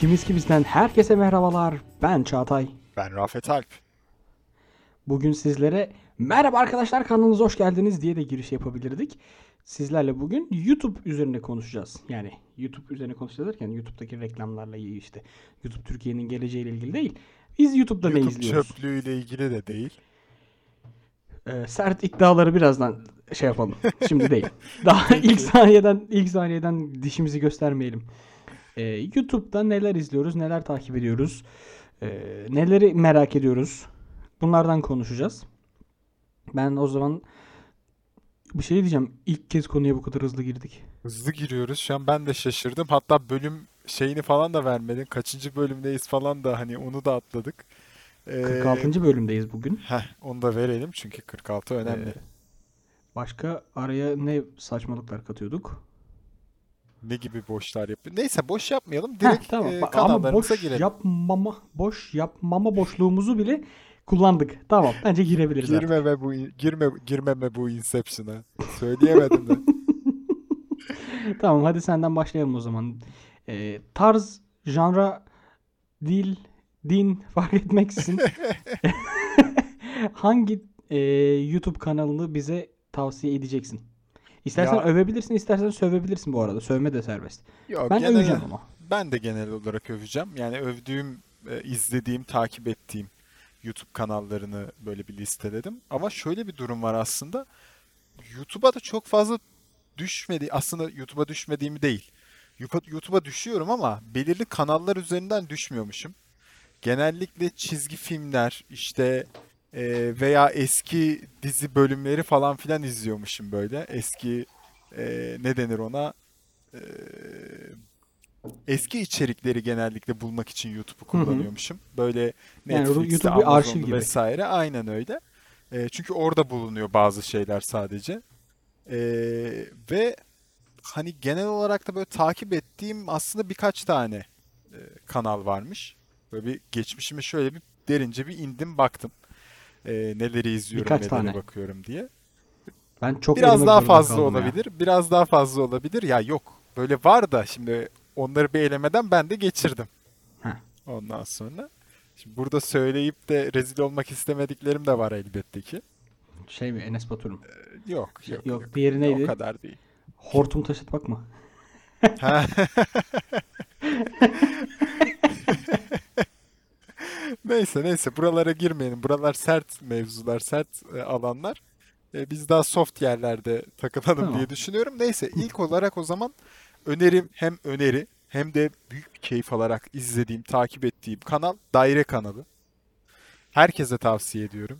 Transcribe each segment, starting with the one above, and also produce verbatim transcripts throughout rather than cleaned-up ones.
Kimiz ki bizden herkese merhabalar. Ben Çağatay. Ben Rafet Alp. Bugün sizlere merhaba arkadaşlar kanalımıza hoş geldiniz diye de giriş yapabilirdik. Sizlerle bugün YouTube üzerine konuşacağız. Yani YouTube üzerine konuşacağız derken YouTube'daki reklamlarla iyi işte. YouTube Türkiye'nin geleceğiyle ilgili değil. Biz YouTube'da ne YouTube izliyoruz? çöplüğüyle ilgili de değil. Ee, sert iddiaları birazdan şey yapalım. Şimdi değil. Daha ilk saniyeden ilk saniyeden dişimizi göstermeyelim. Ee, YouTube'da neler izliyoruz, neler takip ediyoruz, ee, neleri merak ediyoruz. Bunlardan konuşacağız. Ben o zaman bir şey diyeceğim. İlk kez konuya bu kadar hızlı girdik. Hızlı giriyoruz. Şu an ben de şaşırdım. Hatta bölüm şeyini falan da vermedin. Kaçıncı bölümdeyiz falan da hani onu da atladık. kırk Ee, altıncı bölümdeyiz bugün. heh, onu da verelim çünkü kırk altı Ee, önemli. başka araya ne saçmalıklar katıyorduk? Ne gibi boşlar yapıyor. Neyse boş yapmayalım. Heh, Direkt tamam. e, Ba- Ama kanallarımıza boş girelim. yapmama, boş yapmama boşluğumuzu bile kullandık. Tamam. Bence girebiliriz artık. Girmeme bu girme girmeme bu Inception'a. Söyleyemedim de. Tamam. Hadi senden başlayalım o zaman. Ee, tarz, janra, dil, din fark etmeksizin hangi e, YouTube kanalını bize tavsiye edeceksin? İstersen Ya övebilirsin, istersen sövebilirsin bu arada. Sövme de serbest. yok Ben genel öveceğim ama. ben de genel olarak öveceğim. Yani övdüğüm, e, izlediğim, takip ettiğim YouTube kanallarını böyle bir listeledim. Ama şöyle bir durum var aslında. YouTube'a da çok fazla düşmedi. Aslında YouTube'a düşmediğimi değil. YouTube'a YouTube'a düşüyorum ama belirli kanallar üzerinden düşmüyormuşum. Genellikle çizgi filmler işte e, veya eski dizi bölümleri falan filan izliyormuşum böyle. Eski e, ne denir ona? E, Eski içerikleri genellikle bulmak için YouTube'u Hı hı. kullanıyormuşum. Böyle Yani Ru- Netflix'te, YouTube bir arşiv Amazon'da gibi. vesaire aynen öyle. E, çünkü orada bulunuyor bazı şeyler sadece. E, ve hani genel olarak da böyle takip ettiğim aslında birkaç tane e, kanal varmış. Böyle bir geçmişime şöyle bir derince bir indim baktım. E, neleri izliyorum, Birkaç nelere tane. bakıyorum diye. Ben çok Biraz elemek daha zorunda fazla kaldım ya. olabilir. Biraz daha fazla olabilir. Ya yok. Böyle var da şimdi onları bir elemeden ben de geçirdim. Heh. Ondan sonra. Şimdi burada söyleyip de rezil olmak istemediklerim de var elbette ki. Şey mi Enes Batur'um? Yok, Şey, yok, yok. yok diğeri O neydi? kadar değil. Kim? Hortum taşıtmak mı? Ha. Neyse neyse buralara girmeyelim. Buralar sert mevzular, sert e, alanlar. E, biz daha soft yerlerde takılalım Tamam. diye düşünüyorum. Neyse ilk olarak o zaman önerim hem öneri hem de büyük bir keyif alarak izlediğim, takip ettiğim kanal Daire kanalı. Herkese tavsiye ediyorum.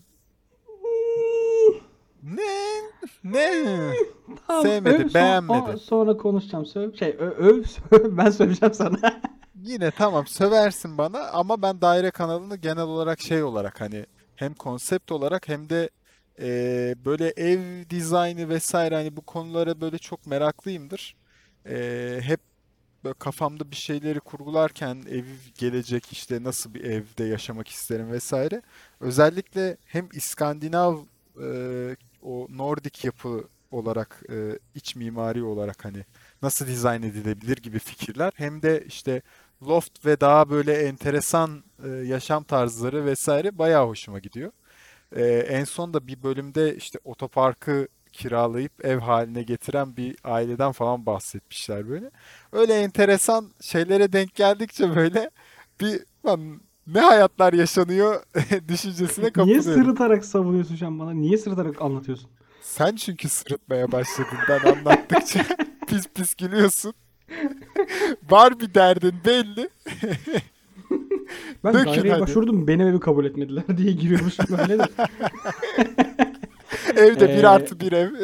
Ne? Ne? Tamam. Öv Sevmedi, son, o- beğenmedi. sonra konuşacağım. Söv, şey ö- öv, söv, ben söyleyeceğim sana. Yine tamam söversin bana ama ben Daire kanalını genel olarak şey olarak hani hem konsept olarak hem de eee, böyle ev dizaynı vesaire hani bu konulara böyle çok meraklıyımdır. Eee, hep böyle kafamda bir şeyleri kurgularken ev gelecek işte nasıl bir evde yaşamak isterim vesaire. Özellikle hem İskandinav eee, o Nordik yapı olarak eee, iç mimari olarak hani nasıl dizayn edilebilir gibi fikirler hem de işte loft ve daha böyle enteresan eee, yaşam tarzları vesaire bayağı hoşuma gidiyor. Eee, en son da bir bölümde işte otoparkı kiralayıp ev haline getiren bir aileden falan bahsetmişler böyle. Öyle enteresan şeylere denk geldikçe böyle bir lan ne hayatlar yaşanıyor düşüncesine Niye kapılıyorum. sırıtarak savunuyorsun şu an bana? Niye sırıtarak anlatıyorsun? Sen çünkü sırıtmaya başladın ben anlattıkça pis pis gülüyorsun. Var bir derdin belli. Ben Dökün daireye hadi. başvurdum, benim evi kabul etmediler diye giriyormuşum böyle de. Evde bir Ee, artı bir ev.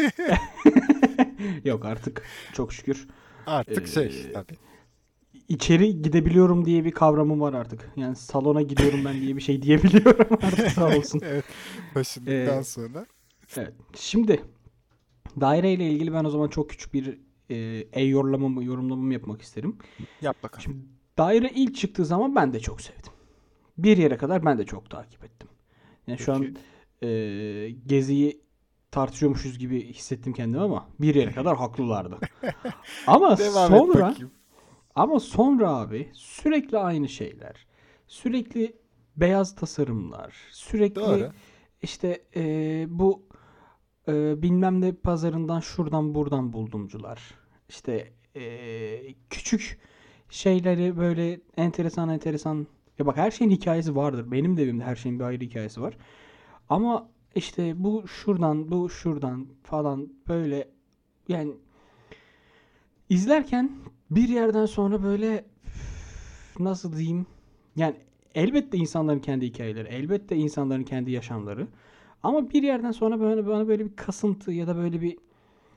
yok artık çok şükür. Ee, Artık şey tabii. içeri gidebiliyorum diye bir kavramım var artık. Yani salona gidiyorum ben diye bir şey diyebiliyorum artık sağ olsun. Evet. Taşındıktan Ee, sonra. evet. Şimdi daire ile ilgili ben o zaman çok küçük bir e, e-yorumlamamı yorumlamamı yapmak isterim. Yap bakalım. Şimdi daire ilk çıktığı zaman ben de çok sevdim. Bir yere kadar ben de çok takip ettim. Yani şu Peki. an e, Gezi'yi tartışıyormuşuz gibi hissettim kendimi ama bir yere kadar haklılardı. Ama Devam et sonra bakayım. Ama sonra abi sürekli aynı şeyler. Sürekli beyaz tasarımlar. Sürekli Doğru. işte eee, bu eee, bilmem ne pazarından şuradan buradan buldumcular. İşte eee, küçük şeyleri böyle enteresan enteresan. Ya bak her şeyin hikayesi vardır. Benim de evimde her şeyin bir ayrı hikayesi var. Ama işte bu şuradan bu şuradan falan böyle yani izlerken bir yerden sonra böyle üf, nasıl diyeyim? Yani elbette insanların kendi hikayeleri, elbette insanların kendi yaşamları. Ama bir yerden sonra böyle bana böyle bir kasıntı ya da böyle bir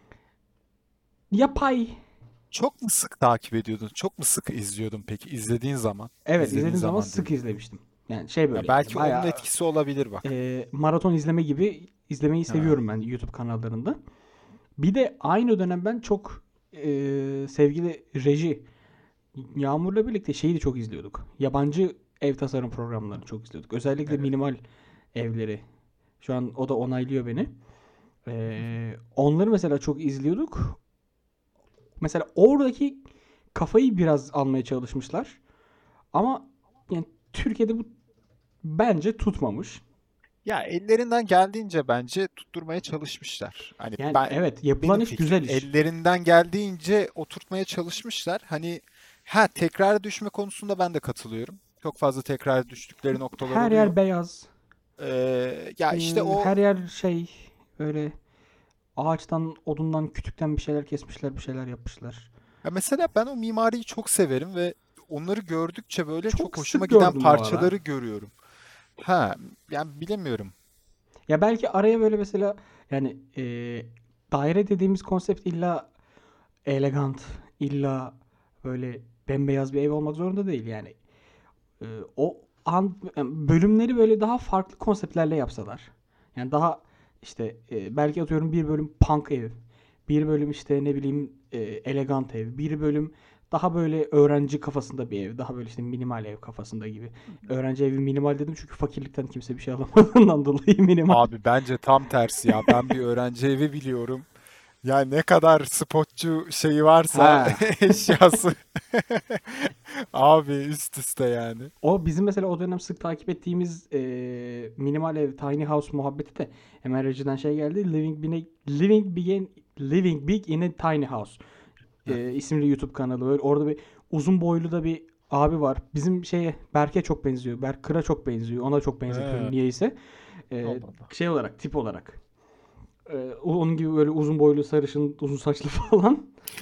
yapay. Çok mu sık takip ediyordun? Çok mu sık izliyordun peki izlediğin zaman? Evet, İzlediğin izlediğim zaman zaman sık dedim. izlemiştim. Yani şey Ya böyle yani belki onun bayağı etkisi olabilir bak. e, maraton izleme gibi izlemeyi Ha. seviyorum ben YouTube kanallarında. Bir de aynı dönem ben çok e, sevgili reji Yağmur'la birlikte şeyi de çok izliyorduk. Yabancı ev tasarım programlarını çok izliyorduk. Özellikle Evet. minimal evleri. Şu an o da onaylıyor beni. Ee, onları mesela çok izliyorduk. Mesela oradaki kafayı biraz almaya çalışmışlar. Ama yani Türkiye'de bu bence tutmamış. Ya ellerinden geldiğince bence tutturmaya çalışmışlar. Hani Yani ben evet, yapılan benim iş fikrim güzel iş. ellerinden geldiğince oturtmaya çalışmışlar. Hani ha tekrar düşme konusunda ben de katılıyorum. Çok fazla tekrar düştükleri noktalar Her oluyor. yer beyaz. Ee, ya işte Ee, o her yer şey öyle ağaçtan, odundan, kütükten bir şeyler kesmişler, bir şeyler yapmışlar. ya mesela ben o mimariyi çok severim ve onları gördükçe böyle çok Çok hoşuma sık giden gördüm bu ara. parçaları görüyorum. Ha yani bilemiyorum. Ya belki araya böyle mesela yani e, daire dediğimiz konsept illa elegant, illa böyle bembeyaz bir ev olmak zorunda değil yani. E, o an yani bölümleri böyle daha farklı konseptlerle yapsalar. Yani daha işte e, belki atıyorum bir bölüm punk ev, bir bölüm işte ne bileyim e, elegant ev, bir bölüm daha böyle öğrenci kafasında bir ev, daha böyle işte minimal ev kafasında gibi. Öğrenci evi minimal dedim çünkü fakirlikten kimse bir şey alamadığından dolayı minimal. Abi bence tam tersi ya. Ben bir öğrenci evi biliyorum. Ya ne kadar spotçu şeyi varsa Ha. eşyası. Abi üst üste yani. O bizim mesela o dönem sık takip ettiğimiz eee, minimal ev, tiny house muhabbeti de hemen rejiden şey geldi. Living, Big, Living, Big, in, Living Big in a Tiny House Heh. eee, isimli YouTube kanalı. Böyle orada bir uzun boylu da bir abi var. Bizim şeye Berk'e çok benziyor. Berk Kır'a çok benziyor. Ona çok benzetiyorum He, niyeyse. Eee, Allah Allah. şey olarak, tip olarak. Eee, onun gibi böyle uzun boylu, sarışın, uzun saçlı falan.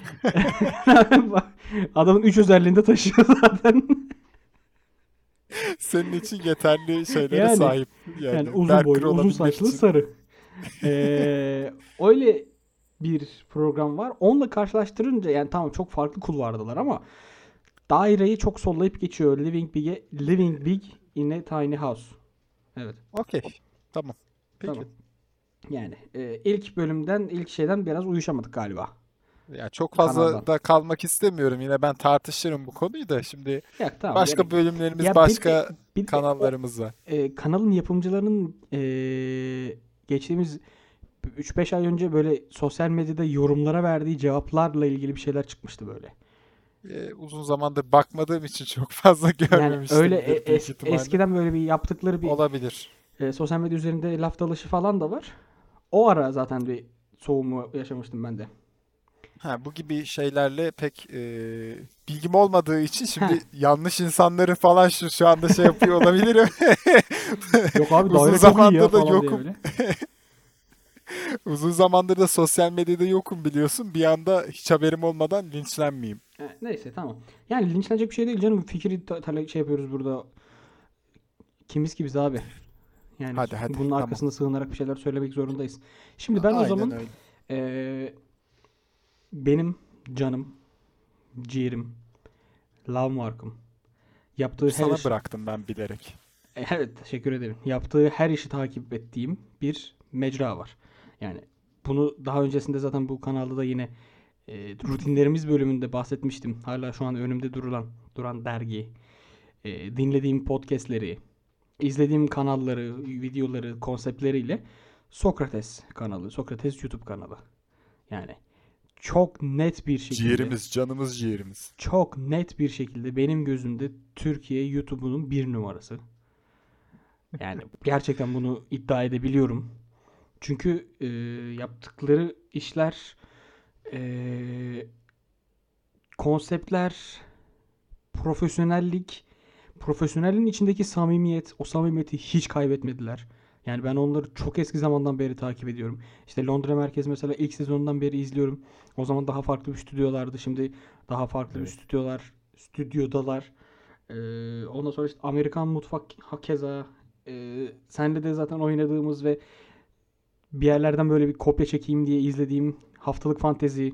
Adamın üç özelliğini de taşıyor zaten. Senin için yeterli şeylere Yani sahip. Yani Yani uzun Berker boylu, uzun olabilmek saçlı, için. sarı. Ee, öyle bir program var. Onunla karşılaştırınca yani tamam çok farklı kulvardalar ama daireyi çok sollayıp geçiyor. Living Big, Living Big in a Tiny House. Evet. Okey. Tamam. Tamam. Peki. Yani e, ilk bölümden, ilk şeyden biraz uyuşamadık galiba Ya çok kanaldan. fazla da kalmak istemiyorum. Yine ben tartışırım bu konuyu da. Şimdi Ya tamam gerek başka yok. bölümlerimiz, Ya bir de başka bir de o kanallarımız var. e, kanalın yapımcılarının e, geçtiğimiz üç beş ay önce böyle sosyal medyada yorumlara verdiği cevaplarla ilgili bir şeyler çıkmıştı böyle. Ee, uzun zamandır bakmadığım için çok fazla Yani öyle görmemiştimdir e- büyük es- ihtimalle. eskiden böyle bir yaptıkları bir Olabilir. e, sosyal medya üzerinde laf dalışı falan da var. O ara zaten bir soğumu yaşamıştım ben de. Ha, bu gibi şeylerle pek e, bilgim olmadığı için Heh. şimdi yanlış insanların falan şu şu anda şey yapıyor olabilirim. Yok abi Uzun daire çok iyi ya zamandır da falan diye yokum. böyle. Uzun zamandır da sosyal medyada yokum biliyorsun. Bir anda hiç haberim olmadan linçlenmeyeyim. E, neyse tamam. Yani linçlenecek bir şey değil canım. Fikri ta- tale- şey yapıyoruz burada. Kimiz ki biz abi. Yani Hadi hadi bunun tamam. arkasında sığınarak bir şeyler söylemek zorundayız. Şimdi ben o Aynen zaman öyle. e, benim canım, ciğerim, Lavmark'ım yaptığı her Sana iş. bıraktım ben bilerek. E, Evet, teşekkür ederim. Yaptığı her işi takip ettiğim bir mecra var. Yani bunu daha öncesinde zaten bu kanalda da yine e, rutinlerimiz bölümünde bahsetmiştim. Hala şu an önümde durulan duran dergi, e, dinlediğim podcastleri, izlediğim kanalları, videoları, konseptleriyle Sokrates kanalı, Sokrates YouTube kanalı. Yani çok net bir şekilde Ciğerimiz, canımız ciğerimiz. çok net bir şekilde benim gözümde Türkiye YouTube'unun bir numarası. Yani gerçekten bunu iddia edebiliyorum. Çünkü e, yaptıkları işler, e, konseptler, profesyonellik, profesyonelliğin içindeki samimiyet, o samimiyeti hiç kaybetmediler. Yani ben onları çok eski zamandan beri takip ediyorum. İşte Londra merkez mesela ilk sezonundan beri izliyorum. O zaman daha farklı bir stüdyolardı. Şimdi daha farklı bir Evet. stüdyolar, stüdyodalar. Ee, ondan sonra işte Amerikan mutfak hakeza. Ee, senle de zaten oynadığımız ve bir yerlerden böyle bir kopya çekeyim diye izlediğim Haftalık Fantezi,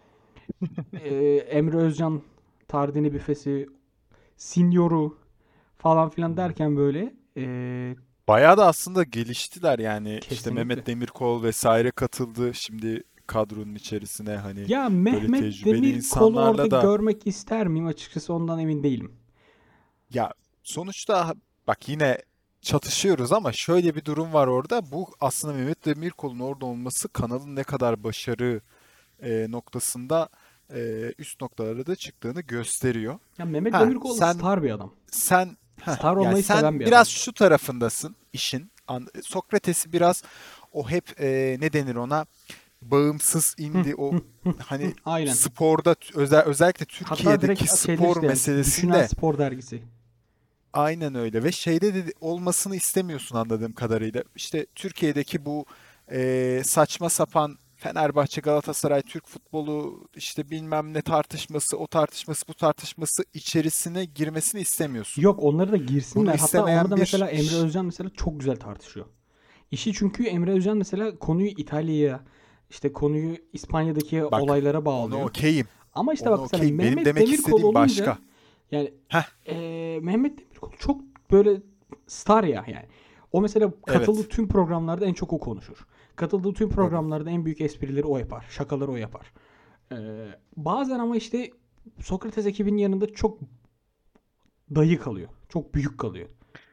ee, Emre Özcan Tardini Büfesi, Signoru falan filan derken böyle ee, Bayağı da aslında geliştiler yani. İşte kesinlikle. Mehmet Demirkol vesaire katıldı şimdi kadronun içerisine, hani Ya böyle Mehmet tecrübeli Demirkol'u orada insanlarla da. görmek ister miyim? Açıkçası ondan emin değilim. Ya sonuçta bak, yine çatışıyoruz ama şöyle bir durum var orada. Bu aslında Mehmet Demirkol'un orada olması kanalın ne kadar başarı e, noktasında e, üst noktalara da çıktığını gösteriyor. Ya Mehmet Ha Demirkol sen star bir adam. sen heh, Star yani olmayı seven sen bir adam. biraz şu tarafındasın işin. An- Sokrates'i biraz o hep e, ne denir ona, bağımsız Hı, indi o, hı, hı, hı. hani Aynen. sporda özel, özellikle Hatta Türkiye'deki direkt şeyler spor işte Düşünen meselesinde. Spor dergisi. Aynen öyle ve şeyde de olmasını istemiyorsun anladığım kadarıyla. İşte Türkiye'deki bu e, saçma sapan Fenerbahçe, Galatasaray, Türk futbolu işte bilmem ne tartışması, o tartışması, bu tartışması içerisine girmesini istemiyorsun. Yok, onları da Bunu girsinler. Hatta onu da istemeyen bir mesela Emre Özcan mesela çok güzel tartışıyor. İşi çünkü Emre Özcan mesela konuyu İtalya'ya, işte konuyu İspanya'daki bak, olaylara onu bağlıyor. okeyim. Ama işte Onu bak mesela okeyim. Benim Mehmet demek Demirkol istediğim olunca başka. yani Heh, eee, Mehmet Demirkol çok böyle star ya yani. O mesela katıldığı evet. tüm programlarda en çok o konuşur. Katıldığı tüm Tabii. programlarda en büyük esprileri o yapar. Şakaları o yapar. Eee, bazen ama işte Sokrates ekibinin yanında çok dayı kalıyor. Çok büyük kalıyor.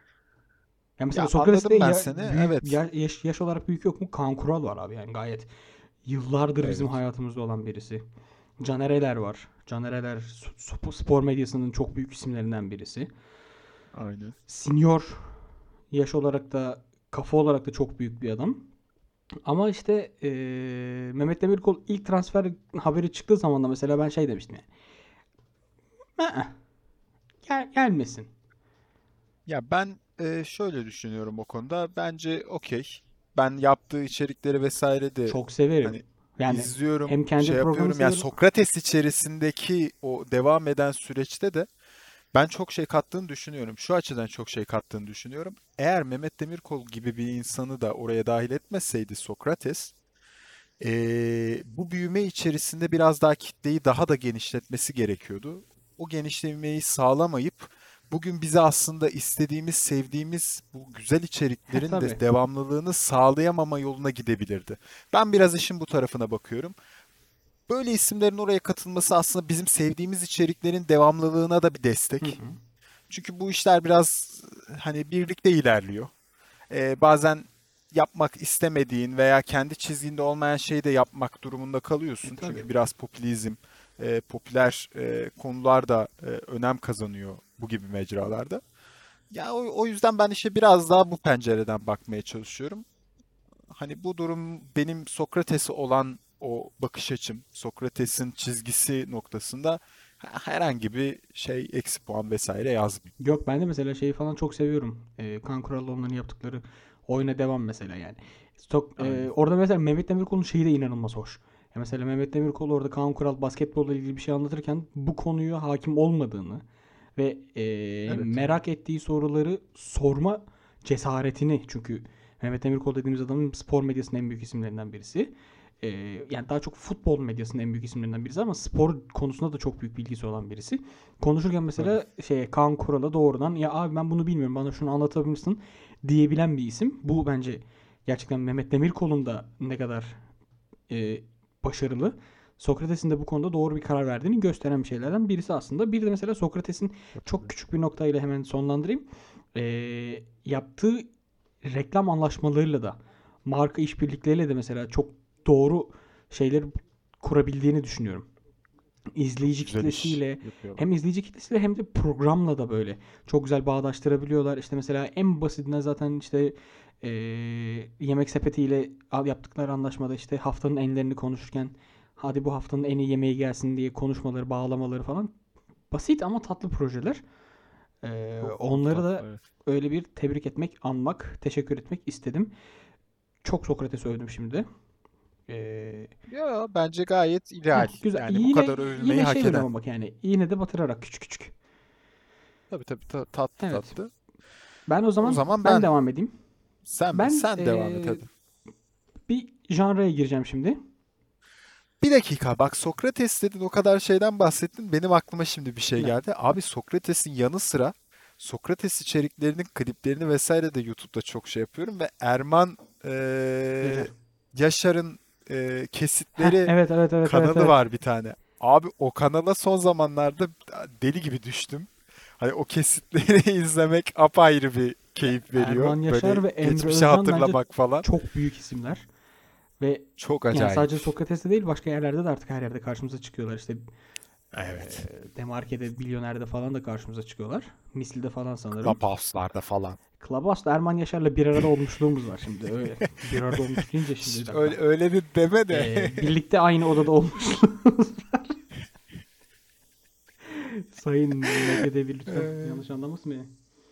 Ya mesela Ya Sokrates'te anladım ben ya, seni. büyük Evet. ya- yaş, yaş olarak büyük yok mu? Kaan Kural var abi yani gayet yıllardır bizim Evet. hayatımızda olan birisi. Caner Eler var. Caner Eler sp- spor medyasının çok büyük isimlerinden birisi. Aynen. Senior yaş olarak da kafa olarak da çok büyük bir adam. Ama işte eee, Mehmet Demirkol ilk transfer haberi çıktığı zaman da mesela ben şey demiştim yani. "Aa, gel, gelmesin. Ya ben e, şöyle düşünüyorum o konuda. Bence okey. Ben yaptığı içerikleri vesaire de Çok severim. hani Yani izliyorum, hem kendi şey programı yapıyorum. Yani severim. Sokrates içerisindeki o devam eden süreçte de ben çok şey kattığını düşünüyorum. Şu açıdan çok şey kattığını düşünüyorum. Eğer Mehmet Demirkol gibi bir insanı da oraya dahil etmeseydi Sokrates, e, bu büyüme içerisinde biraz daha kitleyi daha da genişletmesi gerekiyordu. O genişlemeyi sağlamayıp bugün bize aslında istediğimiz, sevdiğimiz bu güzel He içeriklerin de tabii. devamlılığını sağlayamama yoluna gidebilirdi. Ben biraz işin bu tarafına bakıyorum. Böyle isimlerin oraya katılması aslında bizim sevdiğimiz içeriklerin devamlılığına da bir Hı destek. hı. Çünkü bu işler biraz hani birlikte ilerliyor. Ee, bazen yapmak istemediğin veya kendi çizginde olmayan şeyi de yapmak durumunda E kalıyorsun. tabii. Çünkü biraz popülizm, e, popüler e, konular da e, önem kazanıyor bu gibi mecralarda. Ya o, o yüzden ben işe biraz daha bu pencereden bakmaya çalışıyorum. Hani bu durum benim Sokrates'e olan o bakış açım, Sokrates'in çizgisi noktasında herhangi bir şey, eksi puan vesaire yazmıyor. Yok, ben de mesela şeyi falan çok seviyorum. Ee, Kaan Kural'la onların yaptıkları oyuna devam mesela yani. Stok, e, Aynen. orada mesela Mehmet Demirkol'un şeyi de inanılmaz hoş. Ya mesela Mehmet Demirkol orada Kaan Kural basketbolla ilgili bir şey anlatırken bu konuya hakim olmadığını ve e, Evet. merak ettiği soruları sorma cesaretini, çünkü Mehmet Demirkol dediğimiz adamın spor medyasının en büyük isimlerinden birisi. E, yani daha çok futbol medyasının en büyük isimlerinden birisi ama spor konusunda da çok büyük bilgisi olan birisi. Konuşurken Tabii. mesela şey Kaan Kural'a doğrudan ya abi ben bunu bilmiyorum bana şunu anlatabilir misin diyebilen bir isim. Bu bence gerçekten Mehmet Demirkol'un da ne kadar e, başarılı. Sokrates'in de bu konuda doğru bir karar verdiğini gösteren bir şeylerden birisi aslında. Bir de mesela Sokrates'in çok küçük bir noktayla hemen sonlandırayım. E, yaptığı reklam anlaşmalarıyla da marka işbirlikleriyle de mesela çok doğru şeyleri kurabildiğini düşünüyorum. İzleyici Güzel iş kitlesiyle yapıyorlar. hem izleyici kitlesiyle hem de programla da böyle çok güzel bağdaştırabiliyorlar. İşte mesela en basitinden zaten işte eee, Yemek Sepeti ile al- yaptıkları anlaşmada işte haftanın enlerini konuşurken hadi bu haftanın en iyi yemeği gelsin diye konuşmaları, bağlamaları falan basit ama tatlı projeler. Eee, Çok çok onları tatlı, da evet. öyle bir tebrik etmek, anmak, teşekkür etmek istedim. Çok Sokrates övdüm şimdi. Eee, Ya bence gayet heh, ideal. güzel. Yani bu Yine kadar övülmeyi yine hak şey dedim eden. ama bak yani iğne de batırarak küçük küçük. Tabii tabii ta- tatlı Evet. tatlı. Ben o O zaman zaman ben ben devam edeyim. sen Ben sen devam et eee, hadi. bir janraya gireceğim şimdi. Bir dakika bak, Sokrates dedin, o kadar şeyden bahsettin. Benim aklıma şimdi bir şey Ne? geldi. Abi Sokrates'in yanı sıra Sokrates içeriklerinin kliplerini vesaire de YouTube'da çok şey yapıyorum ve Erman eee, Yaşar. Yaşar'ın eee, Heh, kesitleri evet evet evet evet kanalı evet. var bir tane. Abi o kanala son zamanlarda deli gibi düştüm. Hani o kesitleri izlemek apayrı bir keyif veriyor. Erman Böyle Yaşar ve Emre geçmişi Özcan bence hatırlamak falan. çok büyük isimler. Ve Çok yani acayip. sadece Sokrates'te değil başka yerlerde de artık her yerde karşımıza çıkıyorlar. İşte Evet. eee Demarke'de, Bilyoner'de falan da karşımıza çıkıyorlar. Misil'de falan sanırım. Clubhouse'larda falan. Clubhouse'da Erman Yaşar'la bir arada olmuşluğumuz var şimdi. Öyle bir arada olmuş deyince şimdi bir Şş, dakika. Öyle, öyle de deme de. Eee, birlikte aynı odada olmuşluğumuz. Sayın Mekedevi lütfen Ee, yanlış anlamasın beni.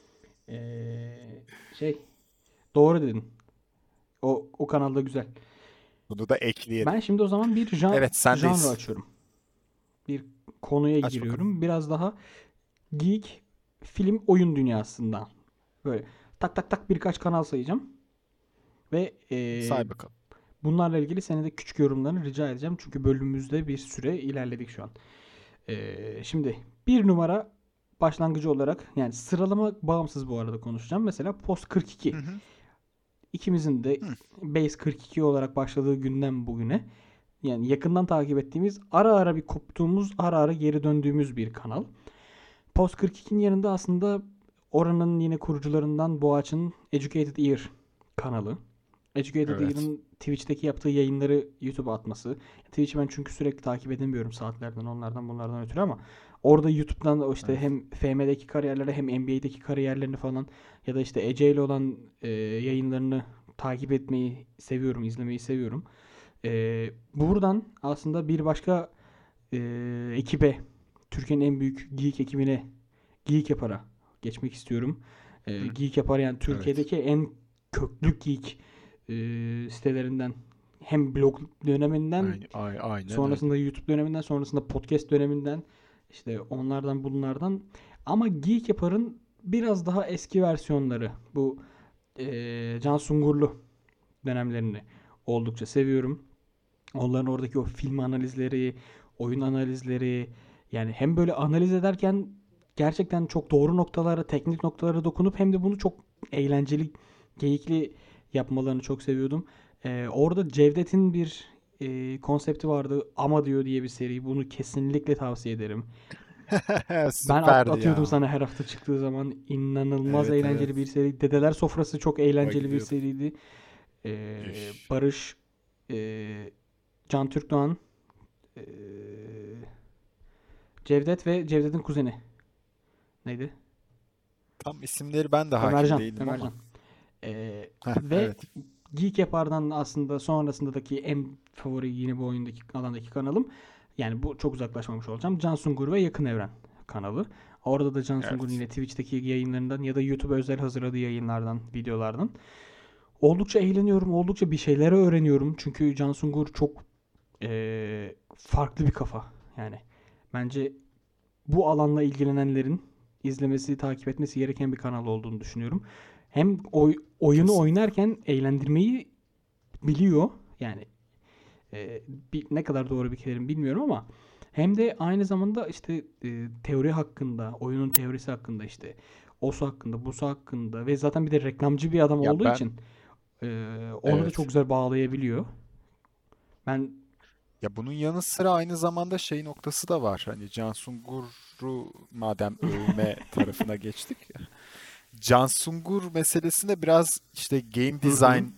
Eee, şey doğru dedin. O o kanalda güzel. Bunu da ekleyelim. Ben şimdi o zaman bir jan, Evet, janra sendeyiz. açıyorum. Bir konuya Aç bakalım. giriyorum. Biraz daha geek film oyun dünyasından. Böyle tak tak tak birkaç kanal sayacağım. Ve eee, Say bakalım. bunlarla ilgili senin de küçük yorumlarını rica edeceğim. Çünkü bölümümüzde bir süre ilerledik şu an. Eee, şimdi bir numara başlangıcı olarak yani sıralama bağımsız bu arada konuşacağım. Mesela Post kırk iki. Hı hı. İkimizin de Hı. Base kırk iki olarak başladığı günden bugüne yani yakından takip ettiğimiz, ara ara bir koptuğumuz, ara ara geri döndüğümüz bir kanal. Post kırk ikinin yanında aslında oranın yine kurucularından Boğaç'ın Educated Ear kanalı. Educated Evet. Ear'ın Twitch'teki yaptığı yayınları YouTube'a atması. Twitch'i ben çünkü sürekli takip edemiyorum saatlerden, onlardan bunlardan ötürü ama orada YouTube'dan o işte Evet. hem F M'deki kariyerleri hem N B A'deki kariyerlerini falan ya da işte Ece ile olan e, yayınlarını takip etmeyi seviyorum, izlemeyi seviyorum. E, buradan aslında bir başka e, ekibe, Türkiye'nin en büyük geek ekibine, Geek Yapar'a geçmek istiyorum. E, Hı. Geek Yapar yani Evet. Türkiye'deki en köklü geek e, sitelerinden hem blog döneminden Aynen, aynen öyle. sonrasında YouTube döneminden sonrasında podcast döneminden işte onlardan bunlardan ama Geek Yapar'ın biraz daha eski versiyonları bu e, Can Sungurlu dönemlerini oldukça seviyorum. Onların oradaki o film analizleri, oyun analizleri yani hem böyle analiz ederken gerçekten çok doğru noktalara, teknik noktalara dokunup hem de bunu çok eğlenceli, keyifli yapmalarını çok seviyordum. Ee, orada Cevdet'in bir e, konsepti vardı. Ama diyor diye bir seri. Bunu kesinlikle tavsiye ederim. Ben at- Süperdi atıyordum ya. sana her hafta çıktığı zaman. İnanılmaz Evet eğlenceli bir evet. seri. Dedeler Sofrası çok eğlenceli bir Bayılıyordum. seriydi. Ee, Üf. Barış, e, Can Türkdoğan, e, Cevdet ve Cevdet'in kuzeni. Neydi? Tam isimleri ben de hakim Ömercan. değilim ama. Ömercan. Ee, Heh, ve evet. Geek Yapar'dan aslında sonrasındaki en favori yine bu oyundaki alandaki kanalım. Yani bu çok uzaklaşmamış olacağım. Can Sungur ve Yakın Evren kanalı. Orada da Can Sungur'un Evet. yine Twitch'teki yayınlarından ya da YouTube özel hazırladığı yayınlardan, videolardan. Oldukça eğleniyorum. Oldukça bir şeyleri öğreniyorum. Çünkü Can Sungur çok ee, farklı bir kafa. Yani bence bu alanla ilgilenenlerin izlemesi, takip etmesi gereken bir kanal olduğunu düşünüyorum. Hem oy- oyunu Kesinlikle. oynarken eğlendirmeyi biliyor. Yani e, bir, ne kadar doğru bir kelime bilmiyorum ama hem de aynı zamanda işte e, teori hakkında, oyunun teorisi hakkında işte osu hakkında, busu hakkında ve zaten bir de reklamcı bir adam Ya olduğu ben için e, onu da çok evet. güzel bağlayabiliyor. Ben Ya bunun yanı sıra aynı zamanda şey noktası da var. Hani Can Sungur'u madem övme tarafına geçtik. Can Sungur meselesinde biraz işte game hı hı. design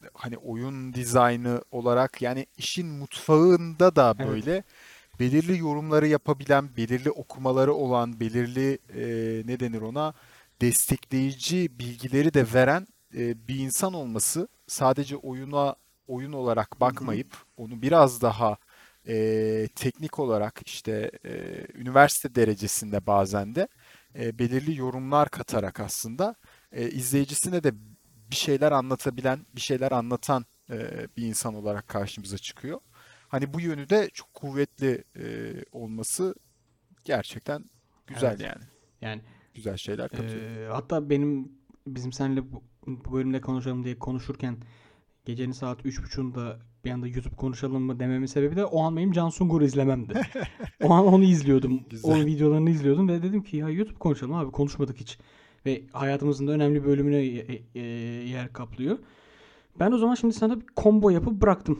hani oyun dizaynı olarak yani işin mutfağında da Evet. böyle belirli yorumları yapabilen, belirli okumaları olan, belirli e, ne denir ona destekleyici bilgileri de veren e, bir insan olması sadece oyuna oyun olarak Hı hı. bakmayıp onu biraz daha e, teknik olarak işte e, üniversite derecesinde bazen de e, belirli yorumlar katarak aslında e, izleyicisine de bir şeyler anlatabilen, bir şeyler anlatan e, bir insan olarak karşımıza çıkıyor. Hani bu yönü de çok kuvvetli e, olması gerçekten güzel Evet. yani. Yani Güzel şeyler katıyor. e, hatta benim bizim seninle bu, bu bölümde konuşalım diye konuşurken gecenin saat üç buçuğunda bir anda YouTube konuşalım mı dememin sebebi de o an benim Can Sungur izlememdi. O an onu izliyordum. Onun Güzel. videolarını izliyordum ve dedim ki ya YouTube konuşalım abi, konuşmadık hiç. Ve hayatımızın da önemli bir bölümüne e- e- yer kaplıyor. Ben o zaman şimdi sana bir combo yapıp bıraktım.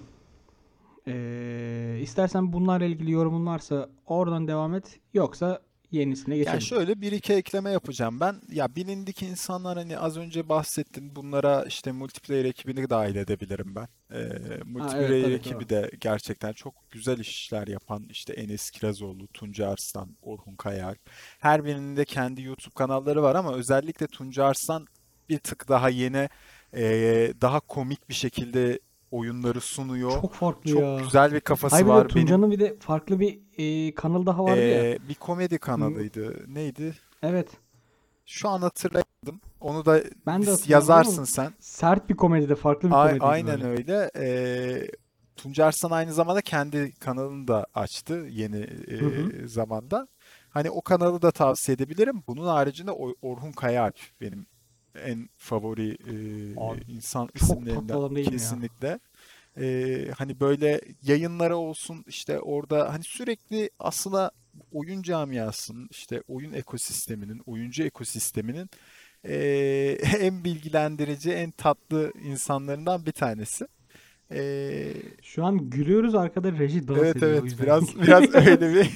Ee, istersen bunlarla ilgili yorumun varsa oradan devam et. Yoksa yenisine Yani geçelim. şöyle bir iki ekleme yapacağım ben. Ya bilindik insanlar hani az önce bahsettin bunlara işte multiplayer ekibini dahil edebilirim ben. Ee, Ha, evet multiplayer tabii doğru. ekibi de gerçekten çok güzel işler yapan işte Enes Kirazoğlu, Tunca Arslan, Orhun Kayal. Her birinin de kendi YouTube kanalları var ama özellikle Tunca Arslan bir tık daha yeni, ee, daha komik bir şekilde oyunları sunuyor. Çok farklı Çok ya. güzel bir kafası Hay bir de var. Benim Tunca'nın bir de farklı bir e, kanal daha vardı ya. ee, bir komedi Hmm, kanalıydı. Neydi? evet. Şu an hatırlayamadım. Onu da Ben de hatırlayamadım ama yazarsın sen. sert bir komedide, farklı bir A- komediydi aynen böyle. öyle. Ee, Tuncer Arslan aynı zamanda kendi kanalını da açtı yeni Hı hı. e, zamanda. Hani o kanalı da tavsiye edebilirim. Bunun haricinde O- Orhun Kayaalp benim en favori Abi e, insan çok tatlı isimlerinden adam değil mi ya? kesinlikle. Ee, hani böyle yayınları olsun işte orada hani sürekli aslında oyun camiasının işte oyun ekosisteminin, oyuncu ekosisteminin ee, en bilgilendirici, en tatlı insanlarından bir tanesi. Ee, Şu an gülüyoruz, arkada reji dans evet ediyor, o evet yüzden biraz biraz öyle bir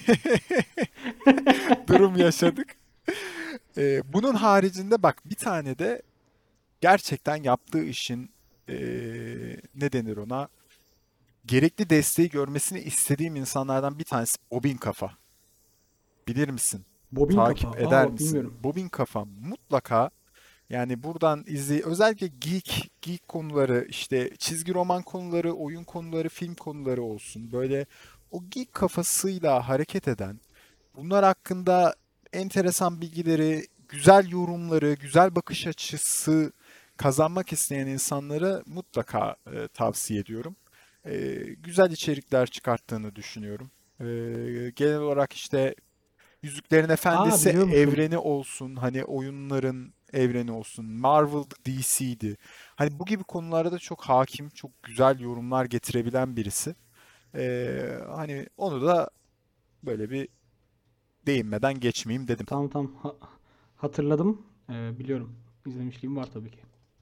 durum yaşadık. Ee, bunun haricinde bak bir tane de gerçekten yaptığı işin ee, ne denir ona? Gerekli desteği görmesini istediğim insanlardan bir tanesi Bobin Kafa. Bilir misin? Bobin kafa. Takip Aa eder bak, misin? bilmiyorum. Bobin Kafa mutlaka. Yani buradan izley özellikle geek geek konuları işte çizgi roman konuları, oyun konuları, film konuları olsun. Böyle o geek kafasıyla hareket eden, bunlar hakkında enteresan bilgileri, güzel yorumları, güzel bakış açısı kazanmak isteyen insanlara mutlaka e, tavsiye ediyorum. E, güzel içerikler çıkarttığını düşünüyorum. E, genel olarak işte Yüzüklerin Aa, Efendisi biliyormuşum. evreni olsun, hani oyunların evreni olsun, Marvel, D C'di. Hani bu gibi konularda da çok hakim, çok güzel yorumlar getirebilen birisi. Ee, hani onu da böyle bir değinmeden geçmeyeyim dedim. Tamam tamam. Ha- hatırladım. Ee, biliyorum. İzlemişliğim var tabii ki.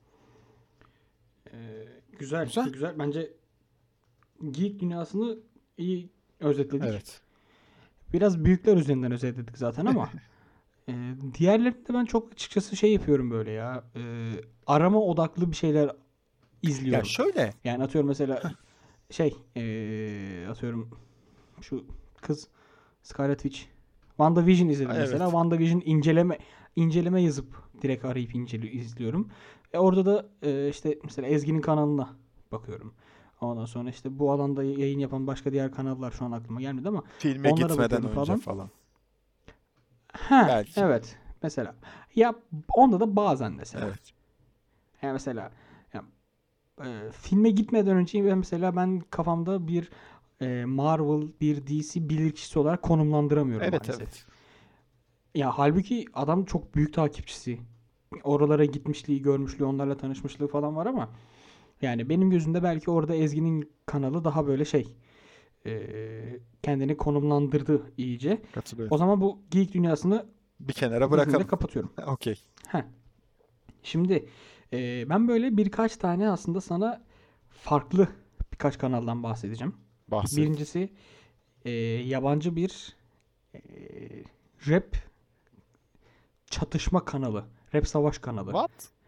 Ee, güzel. Güzel. Güzel. Bence geek dünyasını iyi özetledik. Evet. Biraz büyükler üzerinden özetledik zaten ama e, diğerlerinde ben çok açıkçası şey yapıyorum böyle ya. E, arama odaklı bir şeyler Ya izliyorum. şöyle. Yani atıyorum mesela şey e, atıyorum şu kız Scarlet Witch. WandaVision izledim mesela. Evet. WandaVision inceleme inceleme yazıp direkt arayıp inceli izliyorum. E orada da e, işte mesela Ezgi'nin kanalına bakıyorum. Ondan sonra işte bu alanda yayın yapan başka diğer kanallar şu an aklıma gelmedi ama Filme onlara gitmeden bakıyorum önce falan. falan. Ha Belki. evet, mesela. Ya onda da bazen mesela. Evet. Yani mesela ya, e, filme gitmeden önce ben mesela ben kafamda bir e, Marvel, bir D C bilirkişisi olarak konumlandıramıyorum Evet maalesef. evet. Ya halbuki adam çok büyük takipçisi. Oralara gitmişliği, görmüşlüğü, onlarla tanışmışlığı falan var ama yani benim gözümde belki orada Ezgi'nin kanalı daha böyle şey, e, kendini konumlandırdı iyice. O Katılıyorum. zaman bu geek dünyasını Bir kenara izninle bırakalım. kapatıyorum. Okey. Heh. Şimdi e, ben böyle birkaç tane aslında sana farklı birkaç kanaldan bahsedeceğim. Bahset. Birincisi e, yabancı bir e, rap çatışma kanalı. Rap savaş kanalı. What?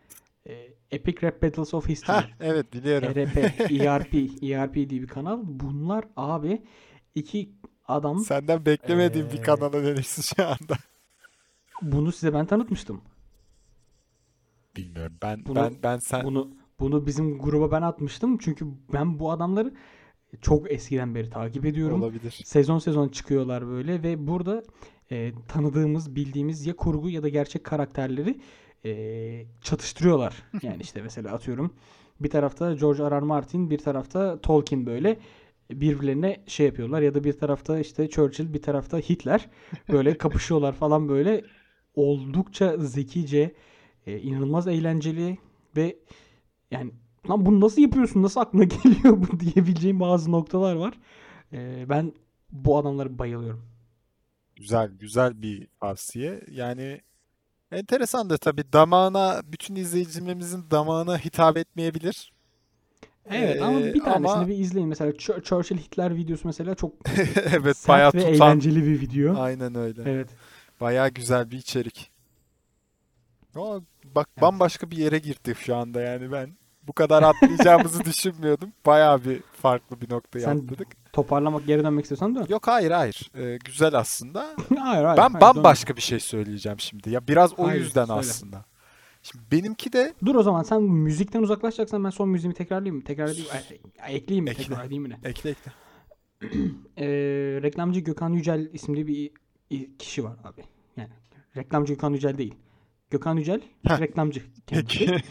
e, Epic Rap Battles of History, Ha evet biliyorum. E R P, E R P, E R P diye bir kanal. Bunlar abi iki adam, Senden beklemediğim bir e, kanala dönüşsün şu anda. bunu size ben tanıtmıştım. Bilmiyorum. Ben Bunu ben ben sen bunu bunu bizim gruba ben atmıştım. Çünkü ben bu adamları çok eskiden beri takip ediyorum. olabilir. Sezon sezon çıkıyorlar böyle ve burada e, tanıdığımız, bildiğimiz ya kurgu ya da gerçek karakterleri e, çatıştırıyorlar. Yani işte mesela atıyorum bir tarafta George R. R. Martin, bir tarafta Tolkien böyle birbirlerine şey yapıyorlar ya da bir tarafta işte Churchill, bir tarafta Hitler böyle kapışıyorlar falan böyle oldukça zekice, e, inanılmaz eğlenceli ve yani lan bunu nasıl yapıyorsun? Nasıl aklına geliyor bu diyebileceğim bazı noktalar var. Ee, ben bu adamlara bayılıyorum. Güzel güzel bir tavsiye. Yani enteresan da tabii damağına bütün izleyicilerimizin damağına hitap etmeyebilir. Evet ama Ee, bir ama tanesini bir izleyin. Mesela Ch- Churchill Hitler videosu mesela çok evet bayağı sert ve tutan. eğlenceli bir video. Aynen öyle. Evet. Bayağı güzel bir içerik. Ama bak Evet. bambaşka bir yere girdik şu anda yani ben bu kadar atlayacağımızı düşünmüyordum. Bayağı bir farklı bir noktaya Sen atladık. toparlamak, geri dönmek istiyorsan dön. Yok hayır hayır. Ee, güzel aslında. Hayır hayır Ben hayır dönme. bambaşka bir şey söyleyeceğim şimdi. Ya biraz o Hayır yüzden söyle. aslında. Şimdi benimki de Dur o zaman sen müzikten uzaklaşacaksan ben son müziğimi tekrarlayayım mı? Tekrar edeyim. Ay, ay, ekleyeyim mi? ekle. Tekrar edeyim mi ne? Ekle ekle. Ee, reklamcı Gökhan Yücel isimli bir i- kişi var abi. Yani reklamcı Gökhan Yücel değil. Gökhan Yücel Heh, reklamcı kendisi. peki.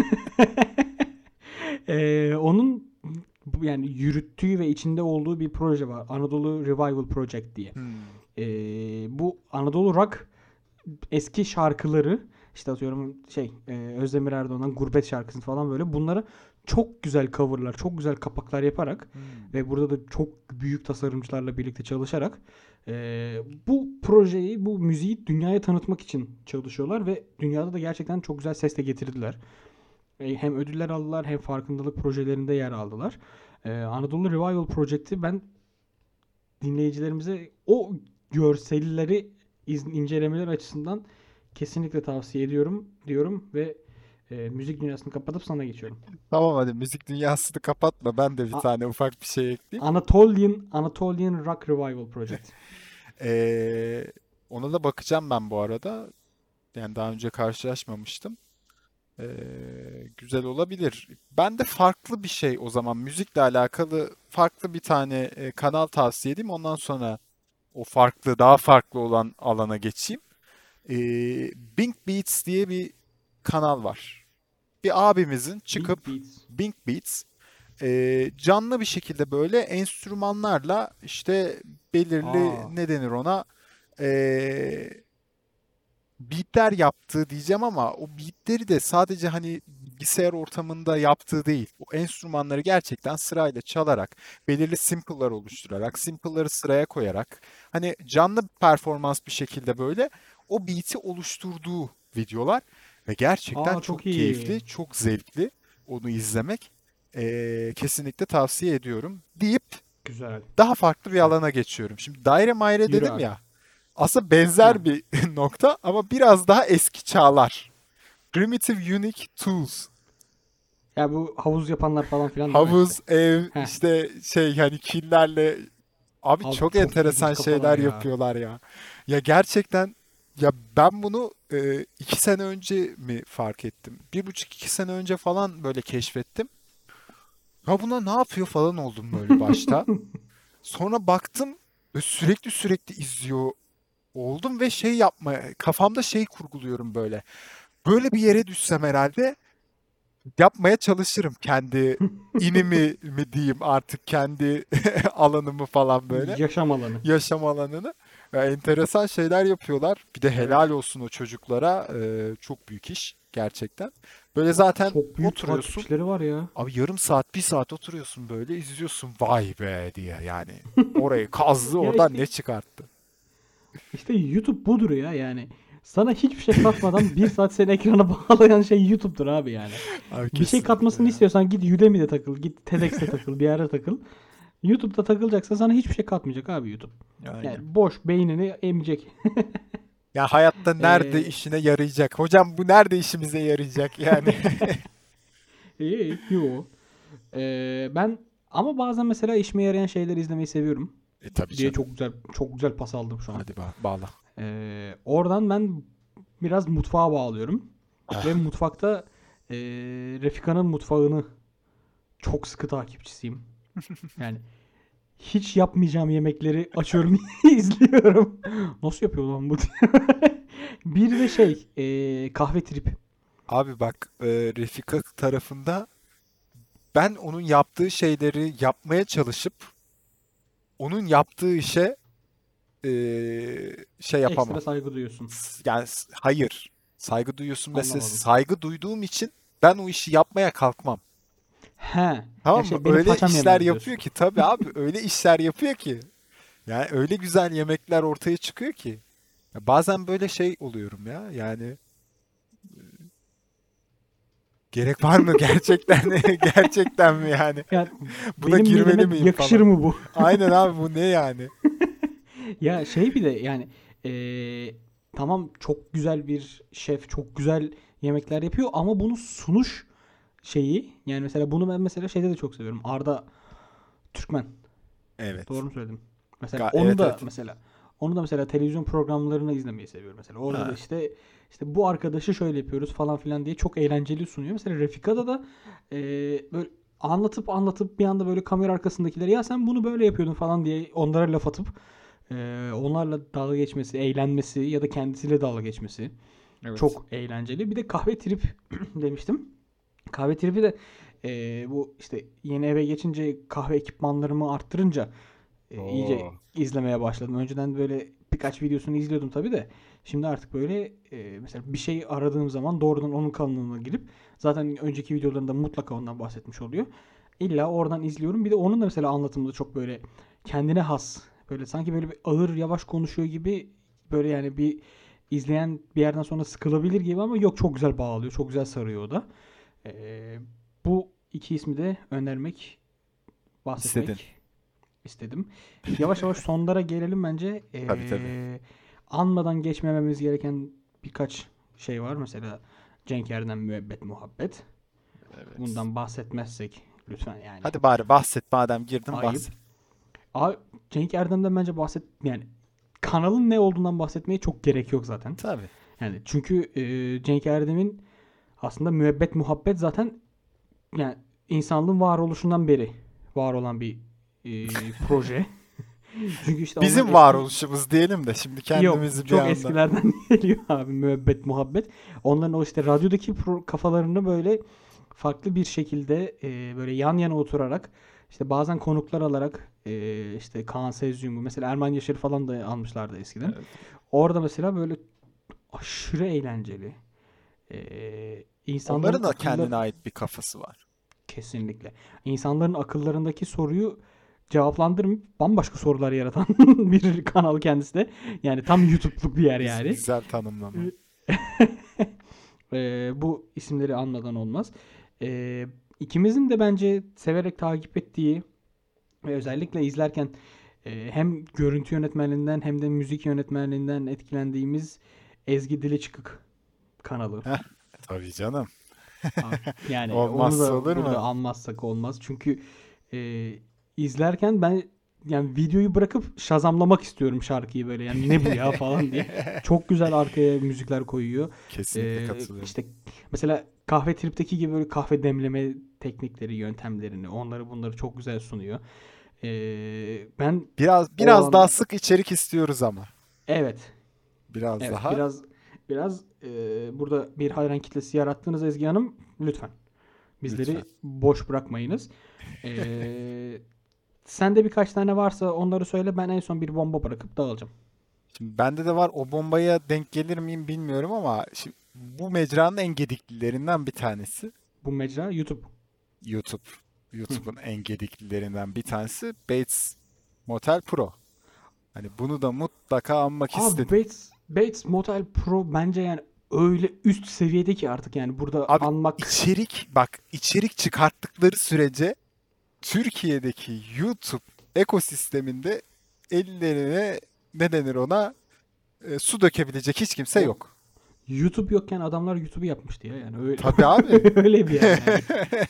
Ee, onun bu- yani yürüttüğü ve içinde olduğu bir proje var. Anadolu Revival Project diye. Hmm. Ee, bu Anadolu Rock eski şarkıları işte atıyorum şey e, Özdemir Erdoğan'ın Gurbet şarkısını falan böyle bunları çok güzel coverlar, çok güzel kapaklar yaparak Hmm. ve burada da çok büyük tasarımcılarla birlikte çalışarak e, bu projeyi, bu müziği dünyaya tanıtmak için çalışıyorlar ve dünyada da gerçekten çok güzel ses de getirdiler. E, hem ödüller aldılar hem farkındalık projelerinde yer aldılar. E, Anadolu Revival Project'i ben dinleyicilerimize o görselleri iz- incelemeler açısından kesinlikle tavsiye ediyorum diyorum ve e, müzik dünyasını kapatıp sana geçiyorum. Tamam hadi müzik dünyasını kapatma. Ben de bir A- tane ufak bir şey ekleyeyim. Anatolian Anatolian Rock Revival Project. Ee, ona da bakacağım ben bu arada. Yani daha önce karşılaşmamıştım. Ee, güzel olabilir. Ben de farklı bir şey o zaman müzikle alakalı farklı bir tane e, kanal tavsiye edeyim. Ondan sonra o farklı, daha farklı olan alana geçeyim. Ee, Bing Beats diye bir kanal var. Bir abimizin Big çıkıp Beats. Bing Beats e, canlı bir şekilde böyle enstrümanlarla işte Aa, belirli ne denir ona e, beatler yaptığı diyeceğim ama o beatleri de sadece hani bilgisayar ortamında yaptığı değil. O enstrümanları gerçekten sırayla çalarak, belirli sample'lar oluşturarak, sample'ları sıraya koyarak hani canlı performans bir şekilde böyle o beat'i oluşturduğu videolar ve gerçekten aa çok çok iyi. keyifli, çok zevkli onu izlemek. Ee, kesinlikle tavsiye ediyorum deyip Güzel. daha farklı bir Güzel. alana geçiyorum. Şimdi daire mayre Yürü dedim abi. ya. Aslında Ha. benzer bir nokta ama biraz daha eski çağlar. Primitive Unique Tools. Ya bu havuz yapanlar falan filan değil mi işte? Havuz, ev, Heh. işte şey hani killerle abi Abi çok çok ilginç enteresan kafalar şeyler ya. yapıyorlar ya. Ya gerçekten ya ben bunu e, iki sene önce mi fark ettim? Bir buçuk iki sene önce falan böyle keşfettim. Ya buna ne yapıyor falan oldum böyle başta. Sonra baktım ve sürekli sürekli izliyor oldum ve şey yapmaya kafamda şey kurguluyorum böyle. Böyle bir yere düşsem herhalde yapmaya çalışırım kendi inimi mi diyeyim artık kendi alanımı falan böyle Yaşam alanı. yaşam alanını. Ya, enteresan şeyler yapıyorlar. Bir de helal Evet. olsun o çocuklara. Ee, çok büyük iş gerçekten. Böyle zaten Çok büyük oturuyorsun. takipçileri var ya. Abi yarım saat, bir saat oturuyorsun böyle izliyorsun. Vay be diye yani. Orayı kazdı, Ya oradan işte ne çıkarttı? işte YouTube budur ya yani. Sana hiçbir şey katmadan bir saat seni ekrana bağlayan şey YouTube'dur abi yani. Abi Bir şey kesinlikle katmasını ya. istiyorsan git Udemy'de takıl, git TEDx'te takıl, bir yerde takıl. YouTube'da takılacaksa sana hiçbir şey katmayacak abi YouTube. Yani Aynen. boş beynini emecek. Ya hayatta nerede Ee, işine yarayacak? Hocam bu nerede işimize yarayacak yani? iyi, yo. Ee, ben ama bazen mesela işime yarayan şeyleri izlemeyi seviyorum E tabii diye canım. çok güzel çok güzel pas aldım şu an. Hadi ba bağla. Ee, oradan ben biraz mutfağa bağlıyorum ve Heh. mutfakta ee, Refika'nın mutfağını çok sıkı takipçisiyim. Yani hiç yapmayacağım yemekleri açıyorum izliyorum. Nasıl yapıyor lan bu diye. Bir de şey ee, kahve trip. Abi bak e, Refika tarafında ben onun yaptığı şeyleri yapmaya çalışıp onun yaptığı işe e, şey yapamam. Ekstra saygı duyuyorsun. S- Yani s- hayır. Saygı duyuyorsun mesela Anlamadım. saygı duyduğum için ben o işi yapmaya kalkmam. He. Ya Tamam mı? şey benim Öyle paçam işler yanıyor yapıyor diyorsun. ki tabii abi öyle işler yapıyor ki. Yani öyle güzel yemekler ortaya çıkıyor ki. Ya bazen böyle şey oluyorum ya. Yani gerek var mı gerçekten gerçekten mi yani? Ya Buna benim girmeli mideme miyim yakışır falan. mı bu? Aynen abi bu ne yani? Ya şey bir de yani eee, tamam çok güzel bir şef çok güzel yemekler yapıyor ama bunu sunuş şeyi yani mesela bunu ben mesela şeyde de çok seviyorum. Arda Türkmen. Evet. Doğru mu söyledim? Mesela Ga onu evet da evet. mesela onu da mesela televizyon programlarını izlemeyi seviyorum mesela. Orada da Ha. işte işte bu arkadaşı şöyle yapıyoruz falan filan diye çok eğlenceli sunuyor. Mesela Refika'da da eee, böyle anlatıp anlatıp bir anda böyle kamera arkasındakileri ya sen bunu böyle yapıyordun falan diye onlara laf atıp eee, onlarla dalga geçmesi, eğlenmesi ya da kendisiyle dalga geçmesi Evet. çok eğlenceli. Bir de kahve trip demiştim. Kahve tripi de eee, bu işte yeni eve geçince kahve ekipmanlarımı arttırınca e, iyice Oo. izlemeye başladım. Önceden böyle birkaç videosunu izliyordum tabii de. Şimdi artık böyle e, mesela bir şey aradığım zaman doğrudan onun kanalına girip zaten önceki videolarında mutlaka ondan bahsetmiş oluyor. İlla oradan izliyorum. Bir de onun da mesela anlatımı da çok böyle kendine has. Böyle sanki böyle bir ağır yavaş konuşuyor gibi böyle yani bir izleyen bir yerden sonra sıkılabilir gibi ama yok çok güzel bağlıyor. Çok güzel sarıyor o da. E, bu iki ismi de önermek, İstedin. bahsetmek istedim. Yavaş yavaş sonlara gelelim bence. Tabii tabii. Ee, anmadan geçmememiz gereken birkaç şey var. Mesela Cenk Erdem müebbet muhabbet. Evet. Bundan bahsetmezsek lütfen yani Hadi bari bahset madem girdin ayıp. bahset. Abi, Cenk Erdem'den bence bahset yani kanalın ne olduğundan bahsetmeye çok gerek yok zaten. Tabii. Yani çünkü e, Cenk Erdem'in aslında müebbet muhabbet zaten yani insanlığın varoluşundan beri var olan bir e, proje. Çünkü işte onlar Bizim eski. varoluşumuz diyelim de şimdi Yok kendimizi bir çok anda. eskilerden geliyor abi müebbet muhabbet. Onların o işte radyodaki pro- kafalarını böyle farklı bir şekilde e, böyle yan yana oturarak işte bazen konuklar alarak e, işte Kaan Sezyum'u mesela Erman Yaşar'ı falan da almışlardı eskiden. Evet. Orada mesela böyle aşırı eğlenceli. E, insanların Onların da akılları kendine ait bir kafası var. kesinlikle. İnsanların akıllarındaki soruyu cevaplandırmayıp bambaşka sorular yaratan bir kanal kendisi de. Yani tam YouTube'luk bir yer Güz- yani. Güzel tanımlama. Ee, bu isimleri anmadan olmaz. Ee, ikimizin de bence severek takip ettiği ve özellikle izlerken e, hem görüntü yönetmenliğinden hem de müzik yönetmenliğinden etkilendiğimiz Ezgi Diliçkık kanalı. Heh, tabii canım. Abi, yani onu Olmazsa olur da burada mu? anmazsak olmaz. Çünkü e, izlerken ben yani videoyu bırakıp şazamlamak istiyorum şarkıyı böyle. Yani ne bu ya falan diye. Çok güzel arkaya müzikler koyuyor. Kesinlikle E, katılıyorum. işte mesela kahve tripteki gibi böyle kahve demleme teknikleri, yöntemlerini, onları bunları çok güzel sunuyor. E, ben Biraz o biraz daha alanda sık içerik istiyoruz ama. evet, Biraz evet daha. biraz biraz e, burada bir hayran kitlesi yarattığınız Ezgi Hanım lütfen. Lütfen. Bizleri boş bırakmayınız. Ee, sende birkaç tane varsa onları söyle. Ben en son bir bomba bırakıp dağılacağım. Şimdi bende de var o bombaya denk gelir miyim bilmiyorum ama şimdi bu mecranın en gediklilerinden bir tanesi. Bu mecra YouTube. YouTube. Hı. YouTube'un en gediklilerinden bir tanesi Bates Motel Pro. Hani bunu da mutlaka anmak Abi istedim. Bates, Bates Motel Pro bence yani öyle üst seviyede ki artık yani burada Abi anmak içerik bak içerik çıkarttıkları sürece Türkiye'deki YouTube ekosisteminde ellerine ne denir ona e, su dökebilecek hiç kimse O yok. YouTube yokken adamlar YouTube'u yapmıştı ya yani öyle Tabii abi. öyle bir yer yani.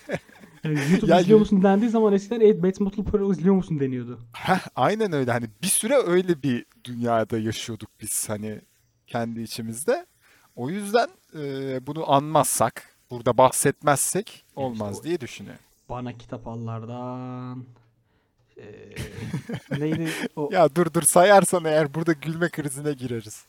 Yani YouTube Ya izliyor yu- musun dendiği zaman eskiden Eight Bates Motel Pearl izliyor musun deniyordu. Heh, aynen öyle. Hani bir süre öyle bir dünyada yaşıyorduk biz hani kendi içimizde. O yüzden e, bunu anmazsak, burada bahsetmezsek Yani işte olmaz o diye düşünüyorum. bana kitap allardan eee, neydi o Ya dur dur sayarsan eğer burada gülme krizine gireriz.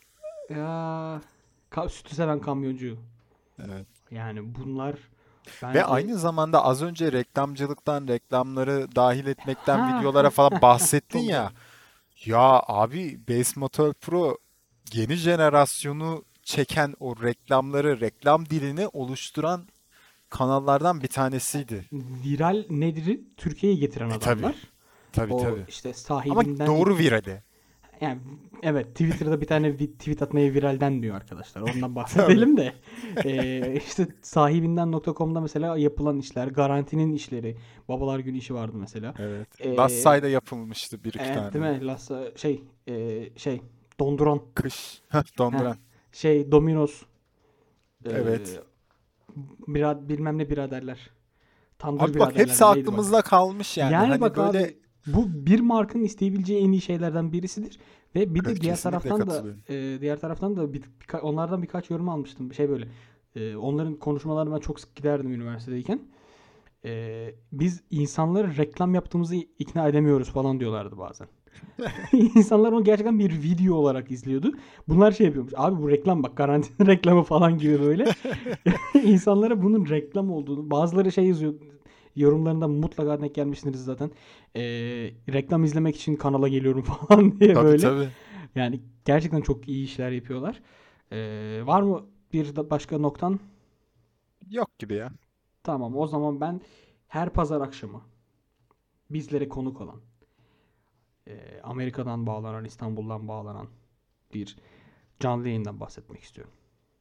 ya ka- sütü seven kamyoncu. Evet. Yani bunlar Ve bence aynı zamanda az önce reklamcılıktan, reklamları dahil etmekten ha videolara ha falan ha bahsettin çok doğru. ya. Ya abi Base Motor Pro yeni jenerasyonu çeken o reklamları, reklam dilini oluşturan kanallardan bir tanesiydi. Viral nedir'i Türkiye'ye getiren E tabi, adamlar. tabii O tabii. işte Ama sahibinden doğru virali. yani evet Twitter'da bir tane vi- tweet atmaya viralden diyor arkadaşlar. Ondan Tabii. bahsedelim de. Ee, işte sahibinden nokta com'da mesela yapılan işler, garantinin işleri, Babalar Günü işi vardı mesela. Evet. Ee, Lassay'da yapılmıştı bir iki evet değil tane. mi? Lassa, şey e, şey Donduran. Kış. Heh, Heh, donduran. şey Domino's e, Evet. bira- bilmem ne biraderler. Tandır Abi bak biraderler hepsi mi neydi bak. aklımızda kalmış yani. Yani Hani bak böyle abi bu bir markanın isteyebileceği en iyi şeylerden birisidir. Ve bir de diğer kesinlikle taraftan da katılıyorum. e, diğer taraftan da bir, birka- onlardan birkaç yorum almıştım. Şey böyle e, onların konuşmalarına ben çok sık giderdim üniversitedeyken. E, biz insanları reklam yaptığımızı ikna edemiyoruz falan diyorlardı bazen. İnsanlar onu gerçekten bir video olarak izliyordu. Bunlar şey yapıyormuş. Abi bu reklam bak garantinin reklamı falan gibi böyle. İnsanlara bunun reklam olduğunu bazıları şey yazıyor yorumlarında mutlaka denk gelmişsiniz zaten. Ee, reklam izlemek için kanala geliyorum falan diye Tabii böyle. tabii. Yani gerçekten çok iyi işler yapıyorlar. Ee, var mı bir da başka noktan? Yok gibi ya. Tamam o zaman ben her pazar akşamı bizlere konuk olan e, Amerika'dan bağlanan İstanbul'dan bağlanan bir canlı yayından bahsetmek istiyorum.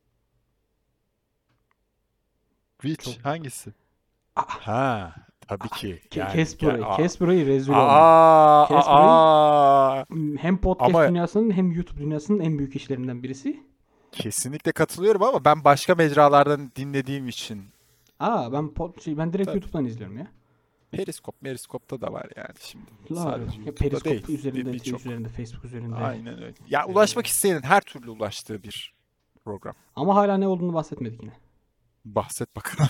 Which? Çok Hangisi? Aa, Ha, tabii aa, ki. ke- Yani kes gel burayı. aa, Kes burayı rezil olma. aa, Kes burayı. aa. Hem podcast Ama dünyasının hem YouTube dünyasının en büyük işlerinden birisi. kesinlikle katılıyorum ama ben başka mecralardan dinlediğim için Aa ben pod, şey, ben direkt tabii. YouTube'dan izliyorum ya. Periskop, Meriskop'ta da var yani şimdi. Var. Sadece Ya YouTube'da değil. Periskop Bir üzerinde, Twitch birçok. üzerinde, Facebook üzerinde. Aynen öyle. Ya Ee, ulaşmak isteyenin her türlü ulaştığı bir program. ama hala ne olduğunu bahsetmedik yine. Bahset bakalım.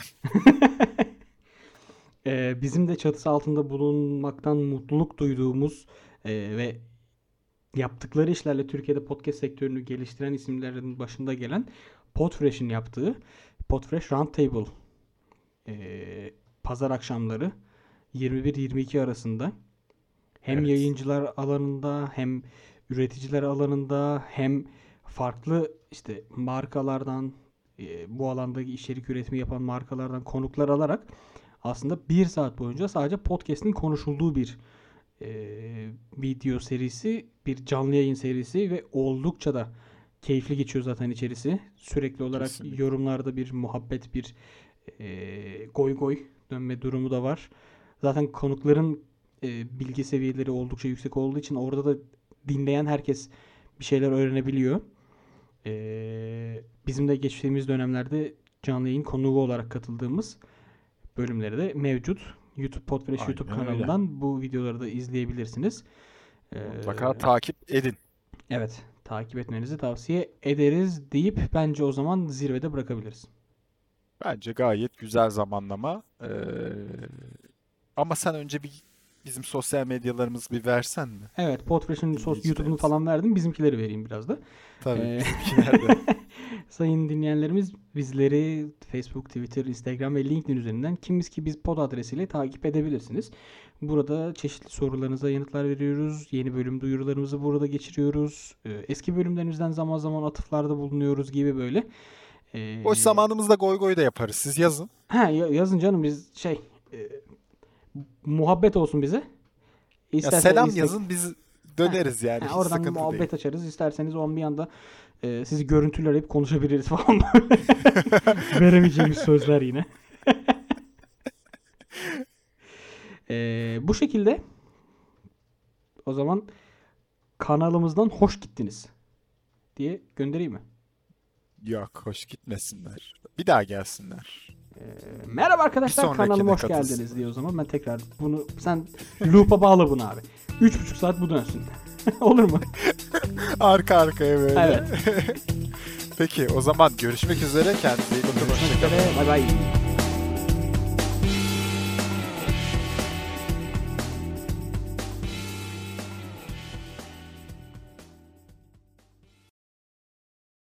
Ee, bizim de çatısı altında bulunmaktan mutluluk duyduğumuz e, ve yaptıkları işlerle Türkiye'de podcast sektörünü geliştiren isimlerin başında gelen Podfresh'in yaptığı Podfresh Roundtable e, pazar akşamları yirmi bir yirmi iki arasında hem Evet. yayıncılar alanında hem üreticiler alanında hem farklı işte markalardan e, bu alandaki içerik üretimi yapan markalardan konuklar alarak aslında bir saat boyunca sadece podcast'in konuşulduğu bir e, video serisi, bir canlı yayın serisi ve oldukça da keyifli geçiyor zaten içerisi. Sürekli olarak Kesinlikle. yorumlarda bir muhabbet, bir e, goy goy dönme durumu da var. Zaten konukların e, bilgi seviyeleri oldukça yüksek olduğu için orada da dinleyen herkes bir şeyler öğrenebiliyor. E, bizim de geçtiğimiz dönemlerde canlı yayın konuğu olarak katıldığımız bölümleri de mevcut. YouTube Podfresh YouTube Aynen öyle. kanalından bu videoları da izleyebilirsiniz. E, Mutlaka takip edin. evet, takip etmenizi tavsiye ederiz deyip bence o zaman zirvede bırakabiliriz. Bence gayet güzel zamanlama. Ee, ama sen önce bir bizim sosyal medyalarımızı bir versen mi? Evet, Podfresh'in sos YouTube'unu Dinleyicilerimiz. falan verdim. Bizimkileri vereyim biraz da. Tabii Ee, bizimkiler de. sayın dinleyenlerimiz bizleri Facebook, Twitter, Instagram ve LinkedIn üzerinden kimiz ki biz pod adresiyle takip edebilirsiniz. Burada çeşitli sorularınıza yanıtlar veriyoruz. Yeni bölüm duyurularımızı burada geçiriyoruz. Ee, eski bölümlerimizden zaman zaman atıflarda bulunuyoruz gibi böyle. Boş Ee, zamanımızda goy goy da yaparız. Siz yazın. ha ya- yazın canım biz şey e, muhabbet olsun bize. Ya İsterseniz selam istek. yazın biz Ha, döneriz yani. ha, Hiç oradan sıkıntı değil. muhabbet açarız. İsterseniz on bir anda e, sizi görüntüler arayıp konuşabiliriz falan. Veremeyeceğimiz sözler yine. E, bu şekilde o zaman kanalımızdan hoş gittiniz. diye göndereyim mi? Yok, hoş gitmesinler. Bir daha gelsinler. Ee, merhaba arkadaşlar, sonrakine kanalıma hoş katılsın. geldiniz diye o zaman ben tekrar bunu sen loop'a bağla bunu abi. Üç buçuk saat bu dönsün. Olur mu? Arka arkaya böyle. Evet. Peki o zaman görüşmek üzere. Kendinize iyi bakın. Görüşmek Hoşçakalın. üzere. Bay bay.